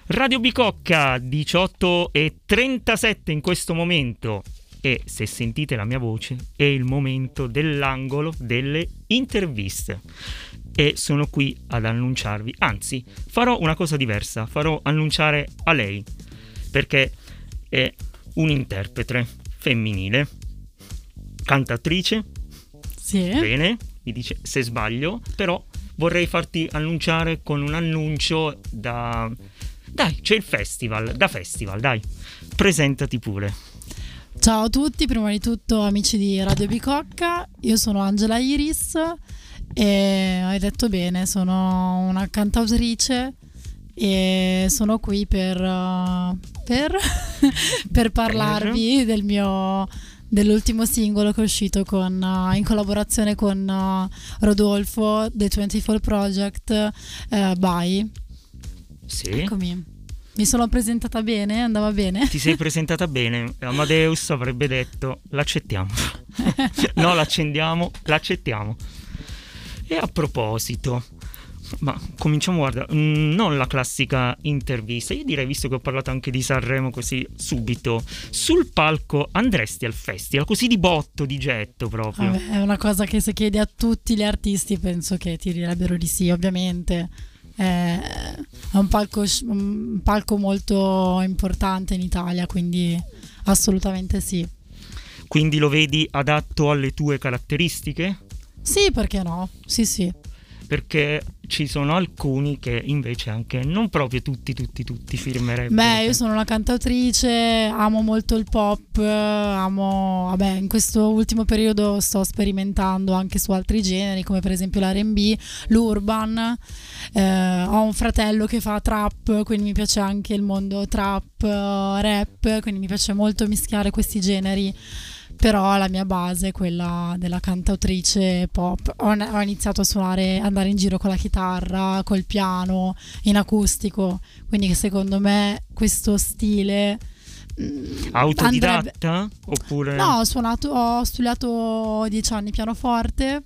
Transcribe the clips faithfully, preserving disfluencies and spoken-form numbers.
Radio Bicocca, diciotto e trentasette in questo momento, e se sentite la mia voce è il momento dell'angolo delle interviste e sono qui ad annunciarvi, anzi farò una cosa diversa, farò annunciare a lei perché è un'interprete femminile, cantatrice, sì. Bene, mi dice se sbaglio, però vorrei farti annunciare con un annuncio da... Dai, c'è il festival, da festival, dai, presentati pure. Ciao a tutti, prima di tutto amici di Radio Bicocca, io sono Angela Iris e hai detto bene, sono una cantautrice e sono qui per, uh, per, per parlarvi del mio... dell'ultimo singolo che è uscito con, uh, in collaborazione con uh, Rodolfo, The ventiquattro Project, uh, Bye. Sì. Eccomi. Mi sono presentata bene? Andava bene? Ti sei presentata bene. Amadeus avrebbe detto l'accettiamo. No, l'accendiamo, l'accettiamo. E a proposito, ma cominciamo, guarda, mh, non la classica intervista. Io direi, visto che ho parlato anche di Sanremo così subito, sul palco andresti al festival, così di botto, di getto proprio? Vabbè, è una cosa che se chiedi a tutti gli artisti penso che ti direbbero di sì, ovviamente. È un palco, un palco molto importante in Italia, quindi assolutamente sì. Quindi lo vedi adatto alle tue caratteristiche? Sì, perché no? Sì, sì. Perché ci sono alcuni che invece anche non proprio tutti, tutti, tutti firmerebbero. Beh, io sono una cantautrice, amo molto il pop, amo, vabbè, in questo ultimo periodo sto sperimentando anche su altri generi, come per esempio l'R and B, l'urban. Eh, ho un fratello che fa trap, quindi mi piace anche il mondo trap, rap, quindi mi piace molto mischiare questi generi. Però la mia base è quella della cantautrice pop. Ho, ho iniziato a suonare, andare in giro con la chitarra, col piano, in acustico, quindi secondo me questo stile autodidatta andrebbe... oppure no, ho suonato, ho studiato dieci anni pianoforte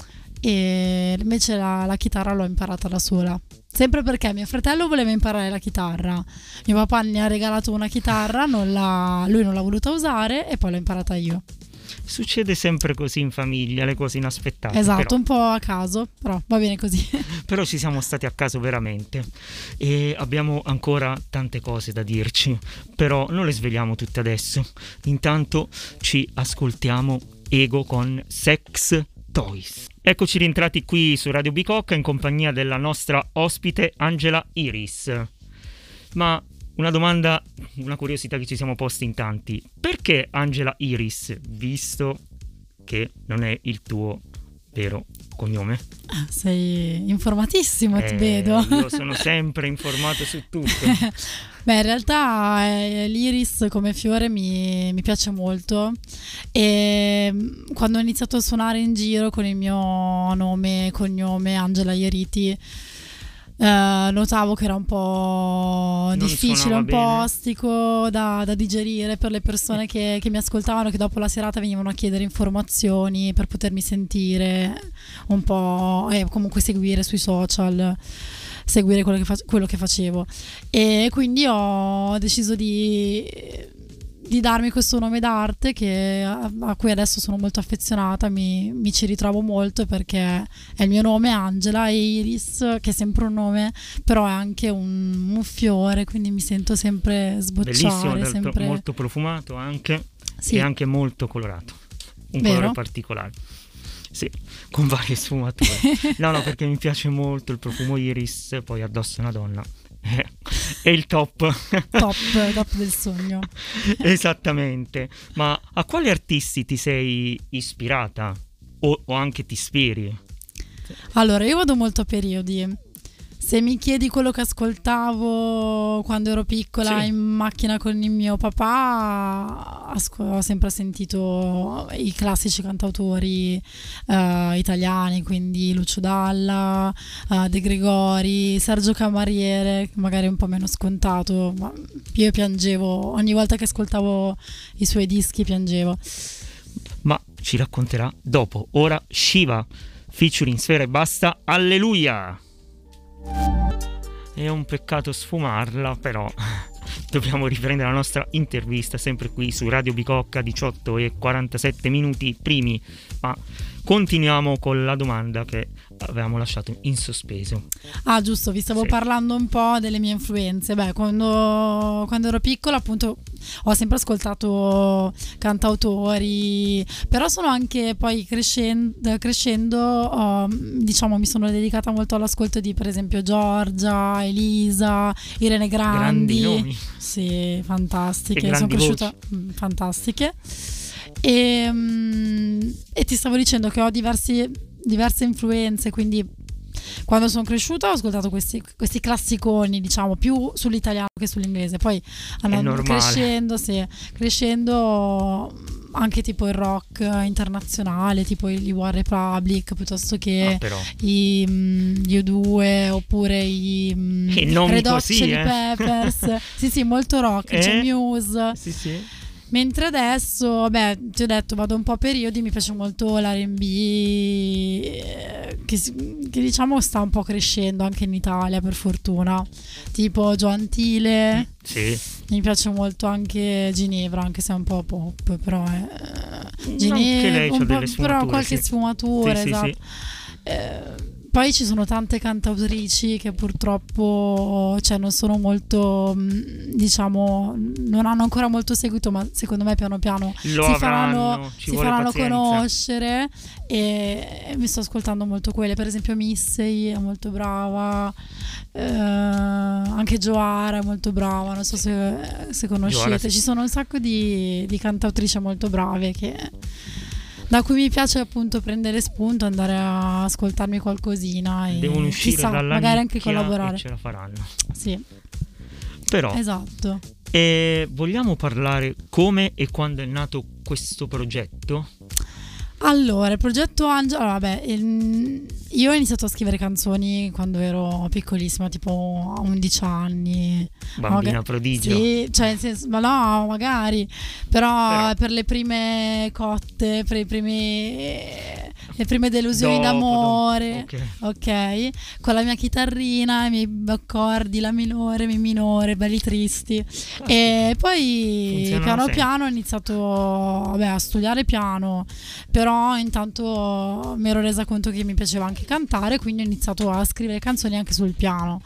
e invece la, la chitarra l'ho imparata da sola. Sempre perché mio fratello voleva imparare la chitarra, mio papà ne ha regalato una chitarra, non l'ha, lui non l'ha voluta usare e poi l'ho imparata io. Succede sempre così in famiglia, le cose inaspettate. Esatto, però. Un po' a caso, però va bene così. Però ci siamo stati a caso veramente e abbiamo ancora tante cose da dirci, però non le svegliamo tutte adesso. Intanto ci ascoltiamo Ego con Sex Toys. Eccoci rientrati qui su Radio Bicocca in compagnia della nostra ospite Angela Iris. Ma una domanda, una curiosità che ci siamo posti in tanti: perché Angela Iris, visto che non è il tuo vero cognome? Ah, sei informatissimo, eh, ti vedo. Io sono sempre informato su tutto. Beh, in realtà eh, l'iris come fiore mi, mi piace molto e quando ho iniziato a suonare in giro con il mio nome e cognome Angela Ieriti eh, notavo che era un po' Non difficile, un po' bene. ostico da, da digerire per le persone che, che mi ascoltavano, che dopo la serata venivano a chiedere informazioni per potermi sentire un po' e comunque seguire sui social, seguire quello che, fa- quello che facevo, e quindi ho deciso di, di darmi questo nome d'arte che, a, a cui adesso sono molto affezionata, mi, mi ci ritrovo molto perché è il mio nome, Angela, e Iris, che è sempre un nome, però è anche un, un fiore, quindi mi sento sempre sbocciare. Bellissimo, sempre... molto profumato anche, sì. E anche molto colorato, un Vero? colore particolare. Sì, con varie sfumature. No, no, perché mi piace molto il profumo Iris, poi addosso una donna. È il top. Top, top del sogno. Esattamente. Ma a quali artisti ti sei ispirata? O, o anche ti ispiri? Allora, io vado molto a periodi. Se mi chiedi quello che ascoltavo quando ero piccola, sì, in macchina con il mio papà, asco- ho sempre sentito i classici cantautori uh, italiani, quindi Lucio Dalla, uh, De Gregori, Sergio Camariere, magari un po' meno scontato, ma io piangevo ogni volta che ascoltavo i suoi dischi, piangevo. Ma ci racconterà dopo. Ora Shiva featuring Sfera Ebbasta, Alleluia. è un peccato sfumarla, però dobbiamo riprendere la nostra intervista sempre qui su Radio Bicocca, diciotto e quarantasette minuti primi, ma continuiamo con la domanda che avevamo lasciato in sospeso. Ah, giusto, vi stavo sì. parlando un po' delle mie influenze. Beh, quando, quando ero piccola, appunto, ho sempre ascoltato cantautori, però sono anche poi crescendo, crescendo ho, diciamo, mi sono dedicata molto all'ascolto di, per esempio, Giorgia, Elisa, Irene Grandi. Grandi nomi. Sì, fantastiche. Che Sono grandi cresciuta voci. fantastiche. E, um, e ti stavo dicendo che ho diversi, diverse influenze, quindi quando sono cresciuta ho ascoltato questi, questi classiconi, diciamo, più sull'italiano che sull'inglese. Poi andando crescendo, sì, crescendo anche tipo il rock internazionale, tipo i One Republic, piuttosto che ah, i um, U due, oppure i, um, i nomi Red Hot così, Chili eh? Peppers. Sì, sì, molto rock, eh? C'è Muse. Sì, sì. Mentre adesso, vabbè, ti ho detto, vado un po' a periodi, mi piace molto l'R and B, che, che diciamo sta un po' crescendo anche in Italia, per fortuna. Tipo Gio Antile, sì. Mi piace molto anche Ginevra, anche se è un po' pop, però è Ginevra, anche lei un c'ha delle sfumature, però qualche sì. sfumatura, sì, esatto. Sì, sì. Eh, Poi ci sono tante cantautrici che purtroppo, cioè, non sono molto, diciamo, non hanno ancora molto seguito, ma secondo me piano piano Lo si avranno, faranno, ci si vuole faranno pazienza. conoscere, e, e mi sto ascoltando molto quelle. Per esempio Missy è molto brava, eh, anche Joara è molto brava, non so se, se conoscete. Joara, sì. Ci sono un sacco di, di cantautrici molto brave che... da cui mi piace appunto prendere spunto, andare a ascoltarmi qualcosina e devono uscire chissà, dalla magari anche nicchia collaborare. e ce la faranno. Sì. Però Esatto. eh, vogliamo parlare come e quando è nato questo progetto? Allora, il progetto Angela, vabbè, il- io ho iniziato a scrivere canzoni quando ero piccolissima, tipo a undici anni. Bambina Maga- prodigio. Sì, cioè, nel senso, ma no, magari. Però, Però. per le prime cotte, per i primi, le prime delusioni Dopo, d'amore, dopo, ok. ok, con la mia chitarrina, i miei accordi, la minore, mi minore, belli tristi. E poi Funzionano piano sempre. piano ho iniziato, vabbè, a studiare piano, però intanto mi ero resa conto che mi piaceva anche cantare, quindi ho iniziato a scrivere canzoni anche sul piano.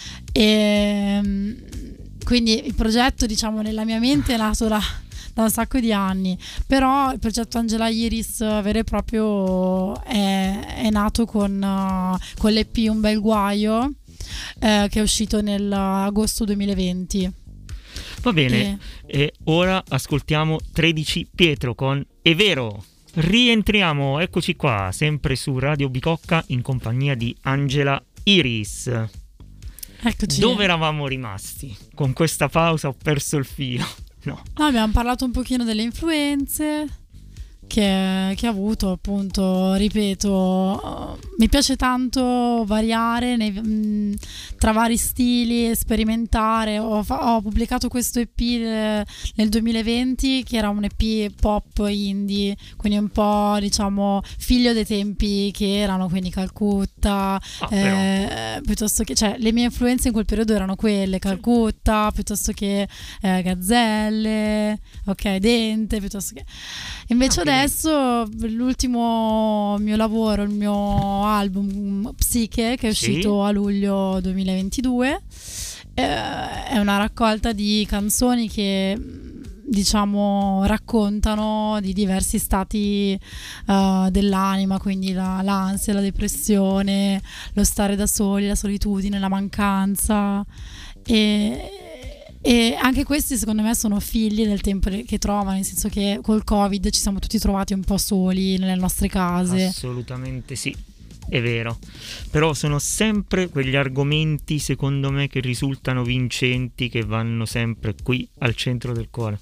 E quindi il progetto, diciamo, nella mia mente è nato da, da un sacco di anni, però il progetto Angela Iris vero e proprio è, è nato con, uh, con l'E P Un bel guaio, eh, che è uscito nell'agosto duemilaventi. Va bene, E- e ora ascoltiamo tredici Pietro con È vero. Rientriamo, eccoci qua, sempre su Radio Bicocca in compagnia di Angela Iris. Eccoci. Dove eravamo rimasti? Con questa pausa ho perso il filo. No. No, abbiamo parlato un pochino delle influenze che, che ha avuto, appunto, ripeto, uh, mi piace tanto variare nei, mh, tra vari stili, sperimentare. Ho, fa- ho pubblicato questo E P eh, nel duemilaventi, che era un E P pop indie, quindi un po', diciamo, figlio dei tempi che erano, quindi Calcutta, Ah, eh, piuttosto che, cioè, le mie influenze in quel periodo erano quelle, Calcutta, piuttosto che eh, Gazzelle, ok, Dente, piuttosto che... Invece Ok. adesso l'ultimo mio lavoro, il mio album Psiche, che è Sì. uscito a luglio duemilaventidue, eh, è una raccolta di canzoni che, diciamo, raccontano di diversi stati uh, dell'anima, quindi la, l'ansia, la depressione, lo stare da soli, la solitudine, la mancanza, e, e anche questi secondo me sono figli del tempo che trovano, nel senso che col Covid ci siamo tutti trovati un po' soli nelle nostre case. Assolutamente sì, è vero. Però sono sempre quegli argomenti, secondo me, che risultano vincenti, che vanno sempre qui al centro del cuore.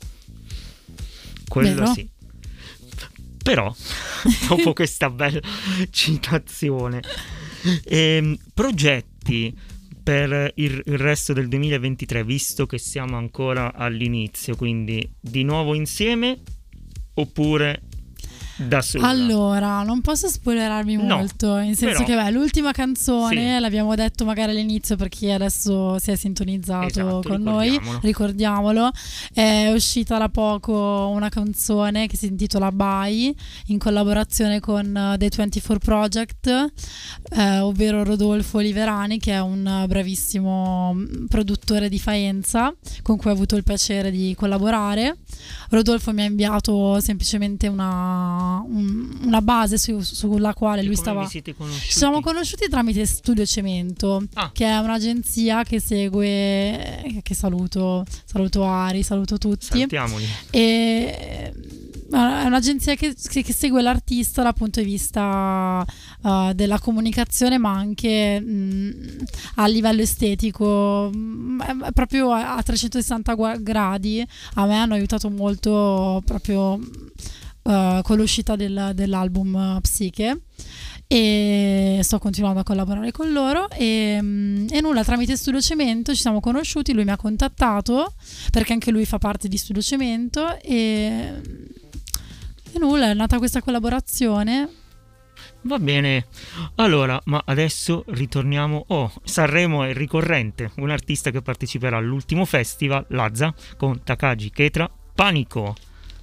Quello Vero? sì. Però, dopo questa bella citazione, ehm, progetti per il, il resto del duemilaventitré, visto che siamo ancora all'inizio, quindi di nuovo insieme oppure da sola. Allora, non posso spoilerarmi No, molto, nel senso però- che beh, l'ultima canzone Sì. l'abbiamo detto magari all'inizio per chi adesso si è sintonizzato Esatto, con noi, ricordiamolo. ricordiamolo. È uscita da poco una canzone che si intitola Bye in collaborazione con eh, The ventiquattro Project, eh, ovvero Rodolfo Oliverani, che è un bravissimo mm, produttore di Faenza con cui ho avuto il piacere di collaborare. Rodolfo mi ha inviato semplicemente una, un- una base su- sulla quale E lui come stava. vi siete conosciuti? Ci siamo conosciuti tramite Studio Cemento, Ah. che è un'agenzia che segue, che saluto, saluto Ari, saluto tutti. Salutiamoli. E è un'agenzia che, che- che segue l'artista dal punto di vista uh, della comunicazione, ma anche mh, a livello estetico, mh, è proprio a, a trecentosessanta gua- gradi. A me hanno aiutato molto proprio uh, con l'uscita del- dell'album uh, Psiche, e sto continuando a collaborare con loro e, mh, e nulla, tramite Studio Cemento ci siamo conosciuti, lui mi ha contattato perché anche lui fa parte di Studio Cemento e, e nulla, è nata questa collaborazione. Va bene, allora, ma adesso ritorniamo. Oh, Sanremo è ricorrente, un artista che parteciperà all'ultimo festival, Lazza, con Takagi Ketra, Panico.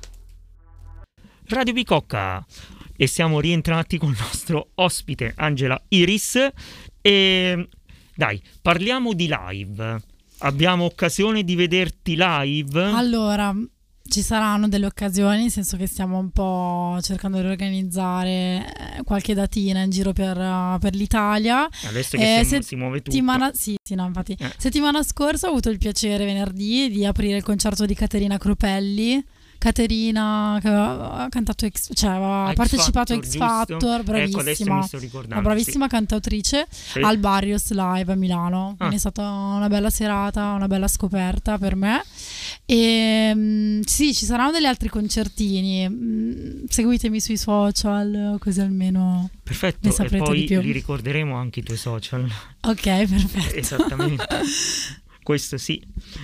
Radio Bicocca, e siamo rientrati con il nostro ospite Angela Iris. E dai, parliamo di live. Abbiamo occasione di vederti live? Allora, ci saranno delle occasioni, nel senso che stiamo un po' cercando di organizzare eh, qualche datina in giro per, uh, per l'Italia. Adesso che Eh, si, si muove tutto. Settimana, sì, sì, no, infatti. Eh. Settimana scorsa ho avuto il piacere venerdì di aprire il concerto di Caterina Cropelli. Caterina che aveva cantato X, cioè aveva X partecipato a Factor, X giusto? Factor, bravissima, Ecco, adesso mi sto ricordando, una bravissima cantautrice Sì. al Barrios Live a Milano. Ah. Quindi è stata una bella serata, una bella scoperta per me. E mm, sì, ci saranno degli altri concertini. Mm, seguitemi sui social, così almeno Perfetto, ne e saprete poi di più. li ricorderemo anche i tuoi social. Ok, perfetto. Esattamente. Questo sì.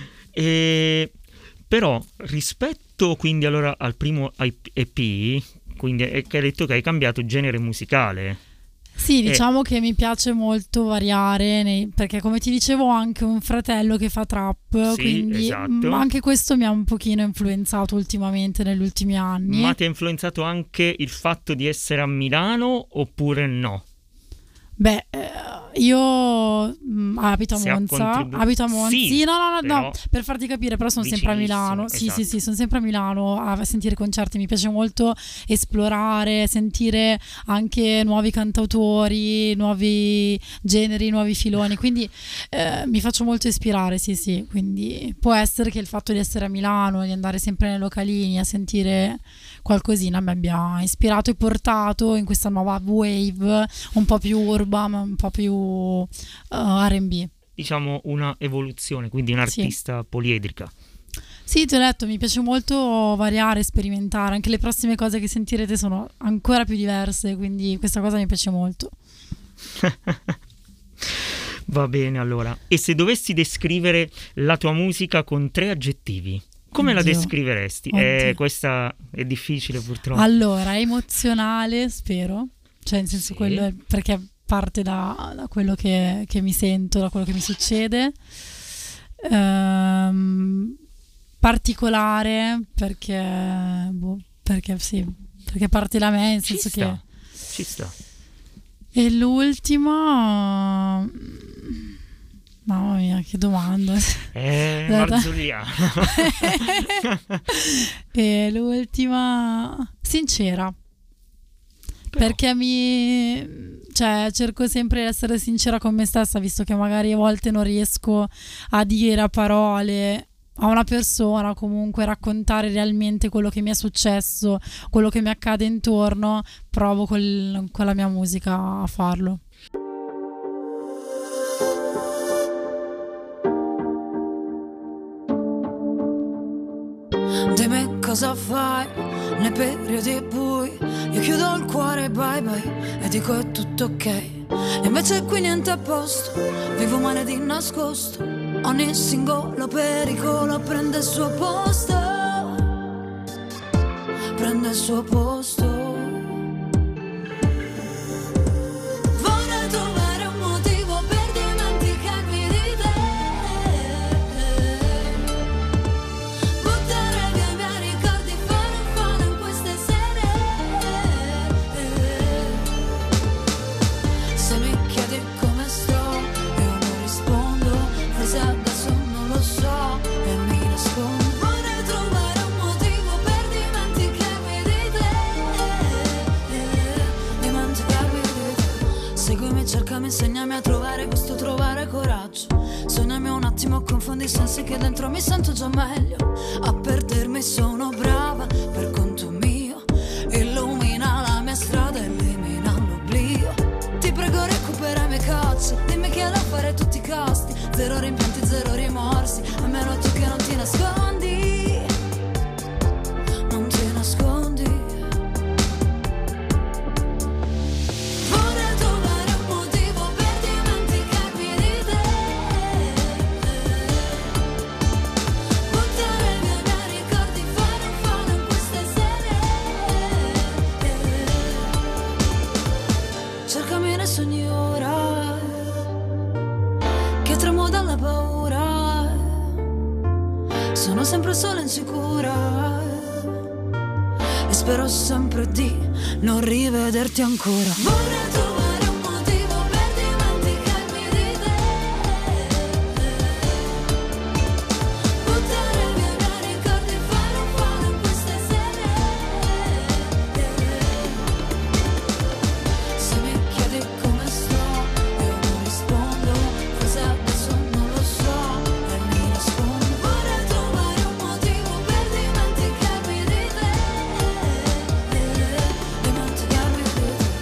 E però rispetto quindi allora al primo E P, quindi è che hai detto che hai cambiato genere musicale. Sì, Eh. diciamo che mi piace molto variare, nei- perché come ti dicevo ho anche un fratello che fa trap, Sì, quindi esatto. mm, anche questo mi ha un pochino influenzato ultimamente negli ultimi anni. Ma ti ha influenzato anche il fatto di essere a Milano oppure no? Beh, eh, io mm, abito a Se ha Monza, contribu- abito a Monza. Sì, Sì, no, no, no, però no, per farti capire, però sono sempre a vicinissimo, Milano. Sì, esatto. sì, sì, sono sempre a Milano a sentire concerti. Mi piace molto esplorare, sentire anche nuovi cantautori, nuovi generi, nuovi filoni. Quindi eh, mi faccio molto ispirare, sì, sì. Quindi può essere che il fatto di essere a Milano, di andare sempre nei localini a sentire qualcosina mi abbia ispirato e portato in questa nuova wave un po' più urban, un po' più uh, R and B. Diciamo una evoluzione, quindi un'artista poliedrica. Sì, ti ho detto, mi piace molto variare, sperimentare. Anche le prossime cose che sentirete sono ancora più diverse, quindi questa cosa mi piace molto. Va bene, allora. E se dovessi descrivere la tua musica con tre aggettivi, come la Oddio. descriveresti? Oddio. Eh, questa è difficile purtroppo. Allora, emozionale, spero. Cioè, nel senso, Sì. quello è- perché parte da, da quello che, che mi sento, da quello che mi succede. Ehm, particolare, perché, boh, perché sì, perché parte da me, nel Ci senso sta, che... ci sta. E l'ultima... Mamma mia, che domanda. Eh, Guarda. Marzulliano. E l'ultima... Sincera. Però, Perché mi... Cioè, cerco sempre di essere sincera con me stessa, visto che magari a volte non riesco a dire a parole a una persona, comunque raccontare realmente quello che mi è successo, quello che mi accade intorno, provo col- con la mia musica a farlo. Dimmi cosa fai nei periodi bui. Io chiudo il cuore, bye bye, e dico è tutto ok. E invece qui niente a posto, vivo male di nascosto. Ogni singolo pericolo prende il suo posto, prende il suo posto. attimo confondi i sensi che dentro mi sento già meglio. A perdermi sono brava per conto mio. Illumina la mia strada, elimina l'oblio. Ti prego recupera i miei cocci, dimmi che è da fare a tutti i costi. Zero rimpianti, zero rimorsi, almeno tu che non ti nascondi. Non ti nascondi. Vorrei trovare un motivo per dimenticarmi di te. Buttare via i miei ricordi, fare un fallo in queste sere. Cercami nei sogni ora, che tremo dalla paura. Sono sempre sola e insicura e spero sempre di non rivederti ancora. Vorrei trovare un motivo per dimenticarmi di te. Buttare via i miei ricordi, fare un fallo in queste sere. Se mi chiedi come sto, io non rispondo. Forse adesso non lo so e mi nascondo. Vorrei trovare un motivo per dimenticarmi di te. Dimenticarmi di te.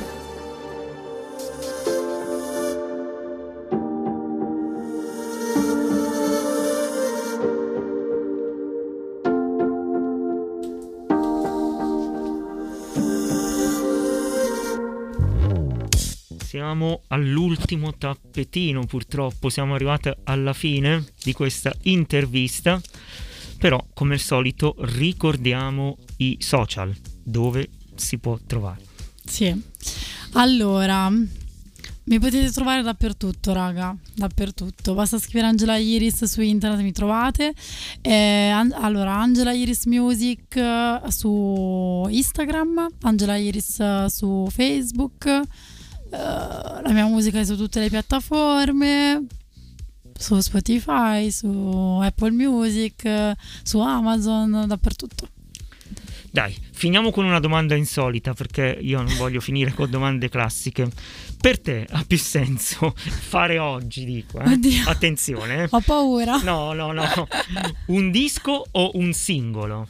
Siamo all'ultimo tappetino, purtroppo siamo arrivati alla fine di questa intervista, però come al solito ricordiamo i social dove si può trovare. Sì, allora mi potete trovare dappertutto, raga, dappertutto. Basta scrivere Angela Iris su internet e mi trovate. Eh, an- allora, Angela Iris Music eh, su Instagram, Angela Iris eh, su Facebook, eh, la mia musica è su tutte le piattaforme, su Spotify, su Apple Music, eh, su Amazon, dappertutto. Dai, finiamo con una domanda insolita, perché io non voglio finire con domande classiche. Per te ha più senso fare oggi, dico, eh? Oddio. Attenzione, eh? Ho paura. No, no, no. Un disco o un singolo?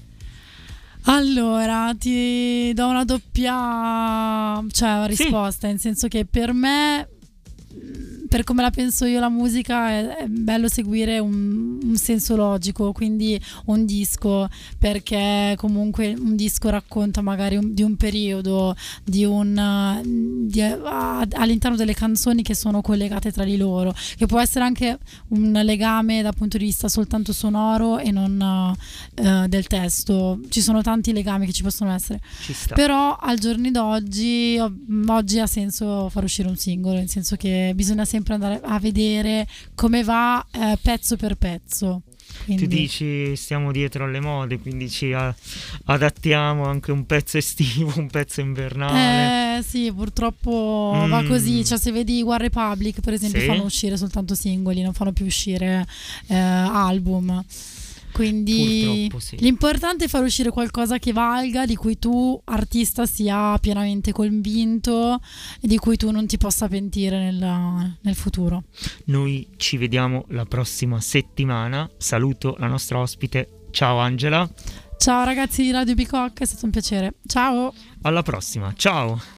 Allora, ti do una doppia, cioè, risposta, nel senso che per me, per come la penso io la musica, è, è bello seguire un, un senso logico, quindi un disco, perché comunque un disco racconta magari un, di un periodo, di un di, a, all'interno delle canzoni che sono collegate tra di loro, che può essere anche un legame dal punto di vista soltanto sonoro e non uh, del testo. Ci sono tanti legami che ci possono essere, Ci sta. però al giorno d'oggi oggi ha senso far uscire un singolo, nel senso che bisogna sempre andare a vedere come va eh, pezzo per pezzo. Quindi... Tu dici stiamo dietro alle mode, quindi ci a- adattiamo anche un pezzo estivo, un pezzo invernale. Eh sì, purtroppo Mm. va così. Cioè, se vedi One Republic, per esempio, Sì. fanno uscire soltanto singoli, non fanno più uscire eh, album. Quindi Purtroppo sì. l'importante è far uscire qualcosa che valga, di cui tu artista sia pienamente convinto e di cui tu non ti possa pentire nel, nel futuro. Noi ci vediamo la prossima settimana. Saluto la nostra ospite. Ciao Angela. Ciao ragazzi di Radio Bicocca, è stato un piacere. Ciao. Alla prossima. Ciao.